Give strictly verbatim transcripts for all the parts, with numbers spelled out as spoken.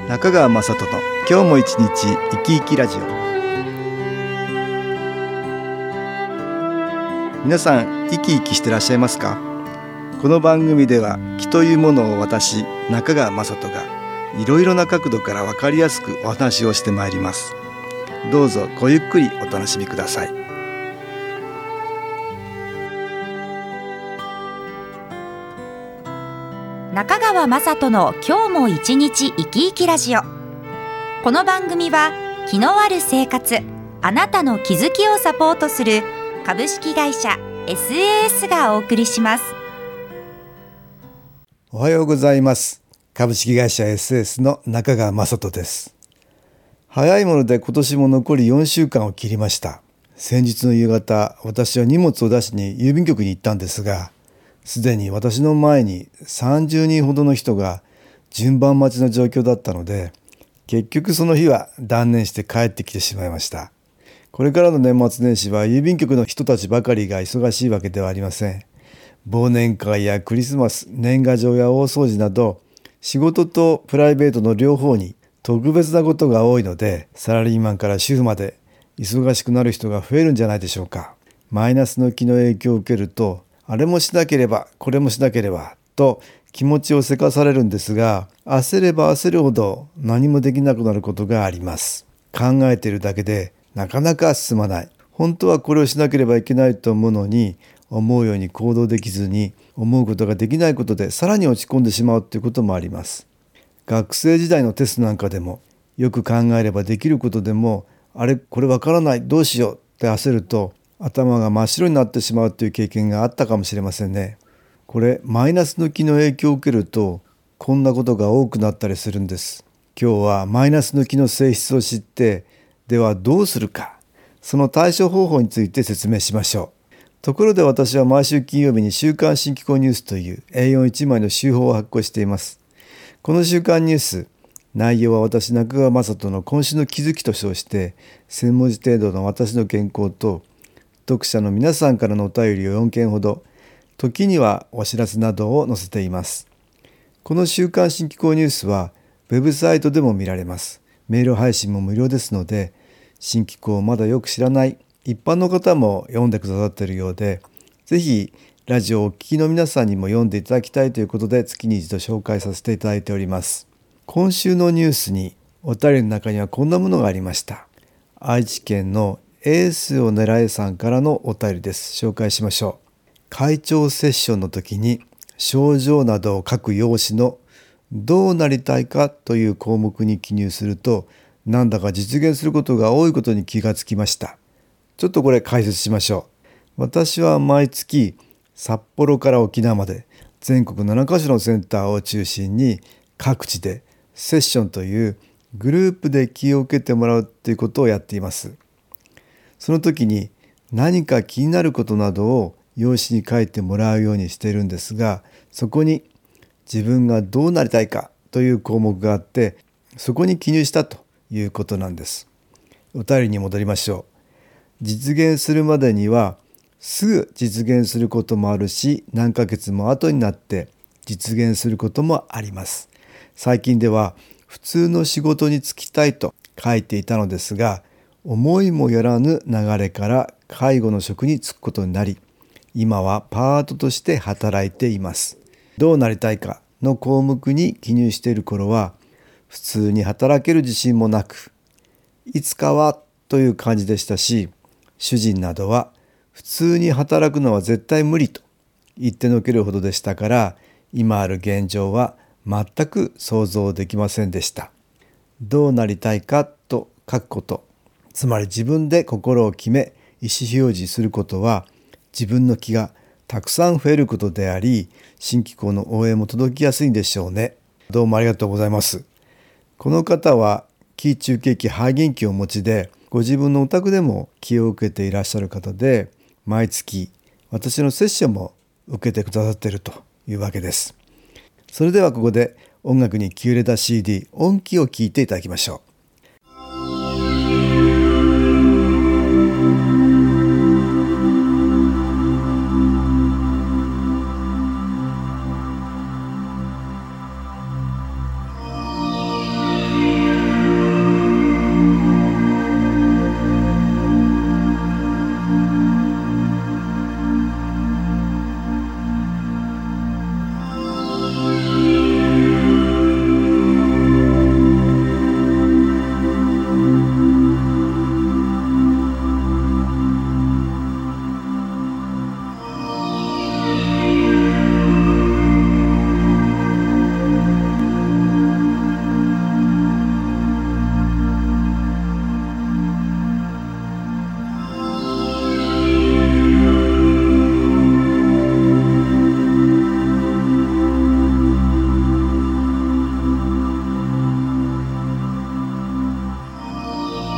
中川雅人の今日も一日生き生きラジオ。皆さん生き生きしてらっしゃいますか？この番組では気というものを私中川雅人がいろいろな角度から分かりやすくお話をしてまいります。どうぞごゆっくりお楽しみください。 中川雅人の今日も一日生き生きラジオ。この番組は気のある生活、あなたの気づきをサポートする株式会社 エスエーエス がお送りします。 おはようございます。株式会社 エスエーエス の中川雅人です。早いもので今年も残りよんしゅうかんを切りました。先日の夕方、私は荷物を出しに郵便局に行ったんですが、すでに私の前にさんじゅうにんほどの人が順番待ちの状況だったので、結局その日は断念して帰ってきてしまいました。これからの年末年始は郵便局の人たちばかりが忙しいわけではありません。忘年会やクリスマス、年賀状や大掃除など、仕事とプライベートの両方に特別なことが多いので、サラリーマンから主婦まで忙しくなる人が増えるんじゃないでしょうか。マイナスの気の影響を受けると、あれもしなければこれもしなければと気持ちをせかされるんですが、焦れば焦るほど何もできなくなることがあります。考えているだけでなかなか進まない。本当はこれをしなければいけないと思うのに、思うように行動できずに、思うことができないことでさらに落ち込んでしまうということもあります。学生時代のテストなんかでも、よく考えればできることでも、あれこれわからないどうしようって焦ると頭が真っ白になってしまうという経験があったかもしれませんね。これマイナスの気の影響を受けるとこんなことが多くなったりするんです。今日はマイナスの気の性質を知って、ではどうするか、その対処方法について説明しましょう。ところで私は毎週金曜日に週刊新機構ニュースという エーよんいちまいの週報を発行しています。この週刊ニュース、内容は私中川雅人の今週の気づきと称してせんもじ程度の私の原稿と読者の皆さんからのお便りをよんけんほど、時にはお知らせなどを載せています。この週刊新機構ニュースはウェブサイトでも見られます。メール配信も無料ですので、新機構をまだよく知らない一般の方も読んでくださっているようで、ぜひラジオをお聞きの皆さんにも読んでいただきたいということで月に一度紹介させていただいております。今週のニュースにお便りの中にはこんなものがありました。愛知県のエースを狙えさんからのお便りです。紹介しましょう。会長セッションの時に症状などを書く用紙のどうなりたいかという項目に記入すると、なんだか実現することが多いことに気がつきました。ちょっとこれ解説しましょう。私は毎月札幌から沖縄まで全国ななかしょのセンターを中心に各地でセッションというグループで気を受けてもらうということをやっています。その時に何か気になることなどを用紙に書いてもらうようにしているんですが、そこに自分がどうなりたいかという項目があって、そこに記入したということなんです。お便りに戻りましょう。実現するまでにはすぐ実現することもあるし、何ヶ月も後になって実現することもあります。最近では普通の仕事に就きたいと書いていたのですが、思いもよらぬ流れから介護の職に就くことになり、今はパートとして働いています。どうなりたいかの項目に記入している頃は、普通に働ける自信もなく、いつかはという感じでしたし、主人などは普通に働くのは絶対無理と言ってのけるほどでしたから、今ある現状は全く想像できませんでした。どうなりたいかと書くこと、つまり自分で心を決め意思表示することは、自分の気がたくさん増えることであり、新機構の応援も届きやすいんでしょうね。どうもありがとうございます。この方は気中景気肺元気をお持ちで、ご自分のお宅でも気を受けていらっしゃる方で、毎月私のセッションも受けてくださっているというわけです。それではここで音楽に気を入れた シーディー 音気を聴いていただきましょう。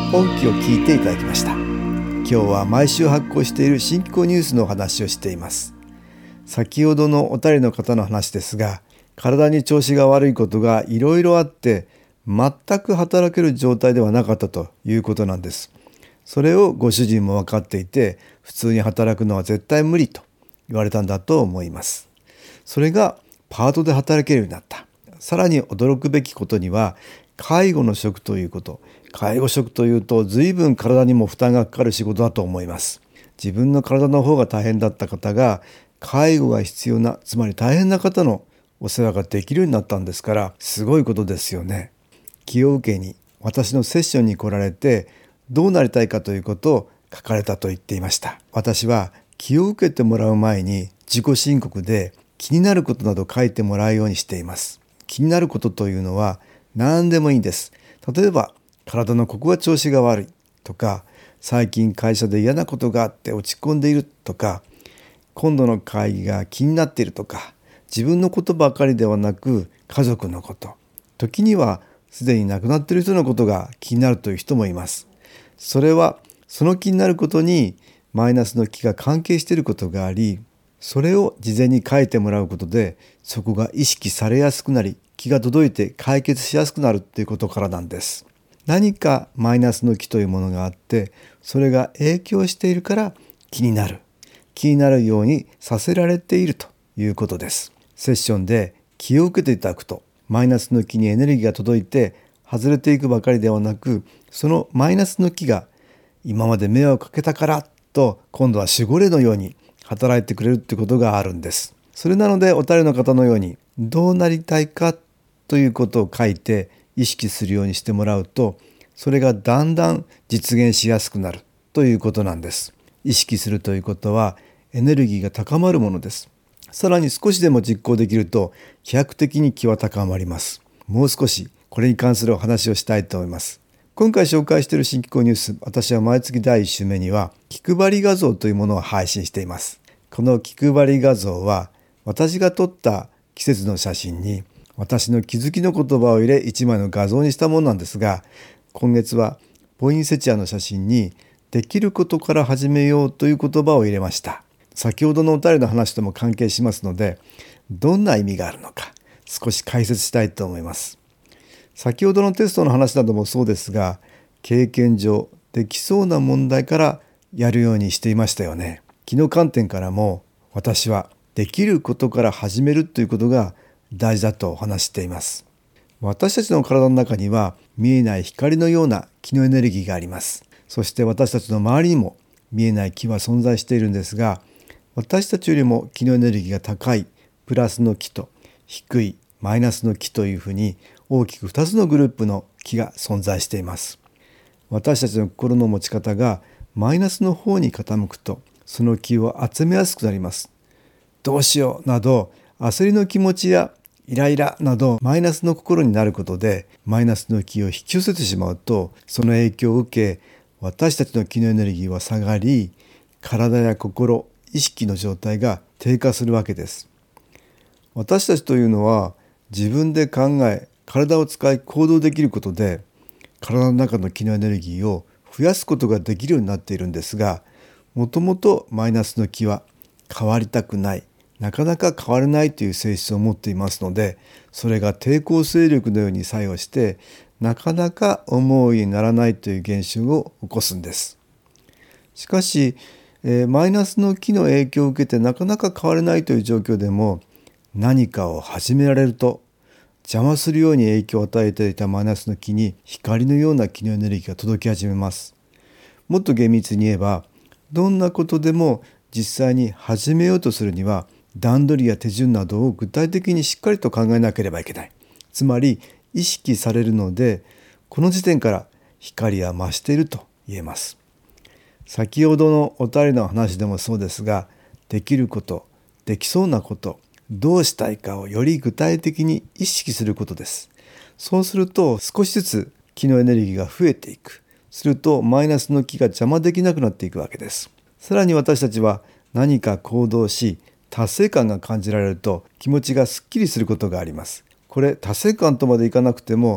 本記を聞いていただきました。今日は毎週発行している新機構ニュースのお話をしています。先ほどのお便りの方の話ですが、体に調子が悪いことがいろいろあって全く働ける状態ではなかったということなんです。それをご主人も分かっていて、普通に働くのは絶対無理と言われたんだと思います。それがパートで働けるようになった。さらに驚くべきことには、介護の職ということ。介護職というと随分体にも負担がかかる仕事だと思います。自分の体の方が大変だった方が介護が必要な、つまり大変な方のお世話ができるようになったんですから、すごいことですよね。気を受けに私のセッションに来られて、どうなりたいかということを書かれたと言っていました。私は気を受けてもらう前に自己申告で気になることなど書いてもらうようにしています。気になることというのは何でもいいんです。例えば体のここが調子が悪いとか、最近会社で嫌なことがあって落ち込んでいるとか、今度の会議が気になっているとか、自分のことばかりではなく家族のこと、時にはすでに亡くなっている人のことが気になるという人もいます。それはその気になることにマイナスの気が関係していることがあり、それを事前に書いてもらうことで、そこが意識されやすくなり、気が届いて解決しやすくなるということからなんです。何かマイナスの気というものがあって、それが影響しているから気になる。気になるようにさせられているということです。セッションで気を受けていただくと、マイナスの気にエネルギーが届いて外れていくばかりではなく、そのマイナスの気が今まで迷惑をかけたからと、今度は守護霊のように働いてくれるということがあるんです。それなのでお便りの方のように、どうなりたいかということを書いて意識するようにしてもらうと、それがだんだん実現しやすくなるということなんです。意識するということはエネルギーが高まるものです。さらに少しでも実行できると飛躍的に気は高まります。もう少しこれに関するお話をしたいと思います。今回紹介している新機構ニュース、私は毎月だいいち週目には気配り画像というものを配信しています。この気配り画像は私が撮った季節の写真に私の気づきの言葉を入れいちまいの画像にしたものなんですが、今月はポインセチアの写真にできることから始めようという言葉を入れました。先ほどのお便りの話とも関係しますので、どんな意味があるのか少し解説したいと思います。先ほどのテストの話などもそうですが、経験上できそうな問題からやるようにしていましたよね。気の観点からも私はできることから始めるということが大事だと話しています。私たちの体の中には見えない光のような気のエネルギーがあります。そして私たちの周りにも見えない気は存在しているんですが、私たちよりも気のエネルギーが高いプラスの気と低いマイナスの気というふうに大きくふたつのグループの気が存在しています。私たちの心の持ち方がマイナスの方に傾くと、その気を集めやすくなります。どうしようなど焦りの気持ちやイライラなどマイナスの心になることで、マイナスの気を引き寄せてしまうと、その影響を受け私たちの気のエネルギーは下がり、体や心、意識の状態が低下するわけです。私たちというのは自分で考え、体を使い行動できることで、体の中の気のエネルギーを増やすことができるようになっているんですが、もともとマイナスの気は変わりたくない、なかなか変われないという性質を持っていますので、それが抵抗勢力のように作用して、なかなか思うようにならないという現象を起こすんです。しかし、えー、マイナスの気の影響を受けてなかなか変われないという状況でも、何かを始められると、邪魔するように影響を与えていたマイナスの気に光のような気のエネルギーが届き始めます。もっと厳密に言えば、どんなことでも実際に始めようとするには、段取りや手順などを具体的にしっかりと考えなければいけない。つまり意識されるので、この時点から光は増していると言えます。先ほどのお便りの話でもそうですが、できること、できそうなこと、どうしたいかをより具体的に意識することです。そうすると少しずつ気のエネルギーが増えていく。するとマイナスの気が邪魔できなくなっていくわけです。さらに私たちは何か行動し、達成感が感じられると気持ちがすっきりすることがあります。これ達成感とまでいかなくても、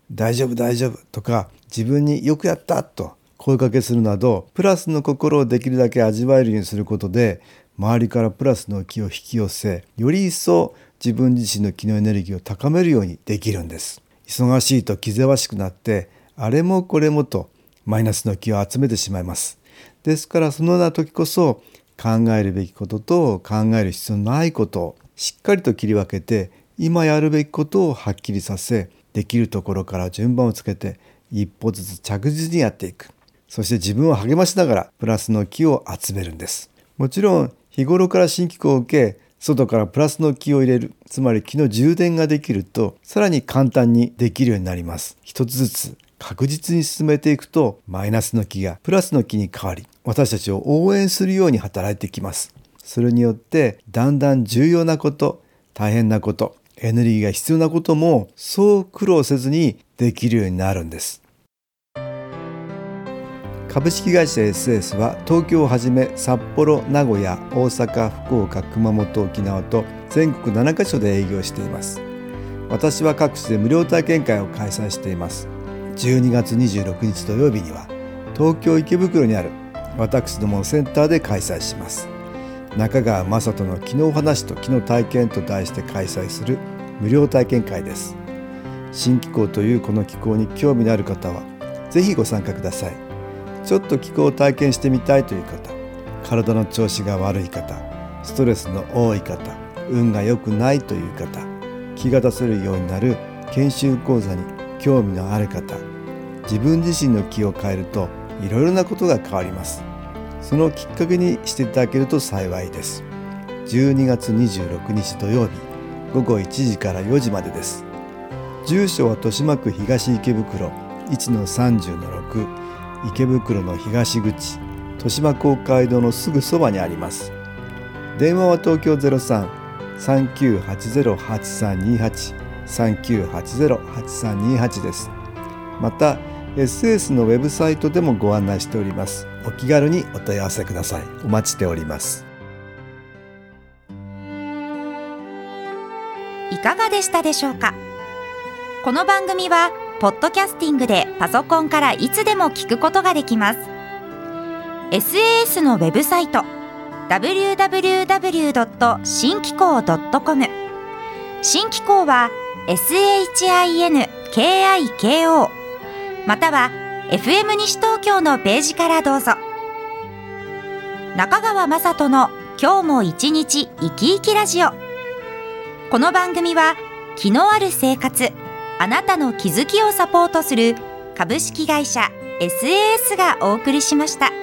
大丈夫大丈夫とか自分によくやったと声かけするなど、プラスの心をできるだけ味わえるようにすることで、周りからプラスの気を引き寄せ、より一層自分自身の気のエネルギーを高めるようにできるんです。忙しいと気ぜわしくなって、あれもこれもとマイナスの気を集めてしまいます。ですからそのような時こそ、考えるべきことと考える必要のないことをしっかりと切り分けて、今やるべきことをはっきりさせ、できるところから順番をつけて一歩ずつ着実にやっていく。そして自分を励ましながらプラスの気を集めるんです。もちろん日頃から新機構を受け、外からプラスの気を入れる、つまり気の充電ができると、さらに簡単にできるようになります。一つずつ確実に進めていくと、マイナスの気がプラスの気に変わり、私たちを応援するように働いてきます。それによってだんだん重要なこと、大変なこと、エネルギーが必要なこともそう苦労せずにできるようになるんです。株式会社 エスエス は東京をはじめ札幌、名古屋、大阪、福岡、熊本、沖縄と全国ななカ所で営業しています。私は各地で無料体験会を開催しています。じゅうにがつにじゅうろくにち土曜日には東京池袋にある私どものセンターで開催します。中川雅人の気のお話と気の体験と題して開催する無料体験会です。新気候というこの気候に興味のある方はぜひご参加ください。ちょっと気候を体験してみたいという方、体の調子が悪い方、ストレスの多い方、運が良くないという方、気が出せるようになる研修講座に興味のある方、自分自身の気を変えるといろいろなことが変わります。そのきっかけにしていただけると幸いです。じゅうにがつにじゅうろくにち土曜日ごごいちじからよじまでです。住所は豊島区東池袋 いちのさんじゅうのろく、池袋の東口、豊島公会堂のすぐそばにあります。電話は東京 ゼロさん さんきゅうはちゼロ はちさんにはち さんきゅうはちゼロ はちさんにはち です。また エスエス のウェブサイトでもご案内しております。お気軽にお問い合わせください。お待ちしております。 いかがでしたでしょうか。この番組はポッドキャスティングでパソコンからいつでも聞くことができます。 エスエーエス のウェブサイト ダブリューダブリューダブリュードットシンキコードットコム、 新気候は エスエイチアイエヌケーアイケーオー または エフエム 西東京のページからどうぞ。中川雅人の今日も一日生き生きラジオ。この番組は気のある生活、あなたの気づきをサポートする株式会社 エスエーエス がお送りしました。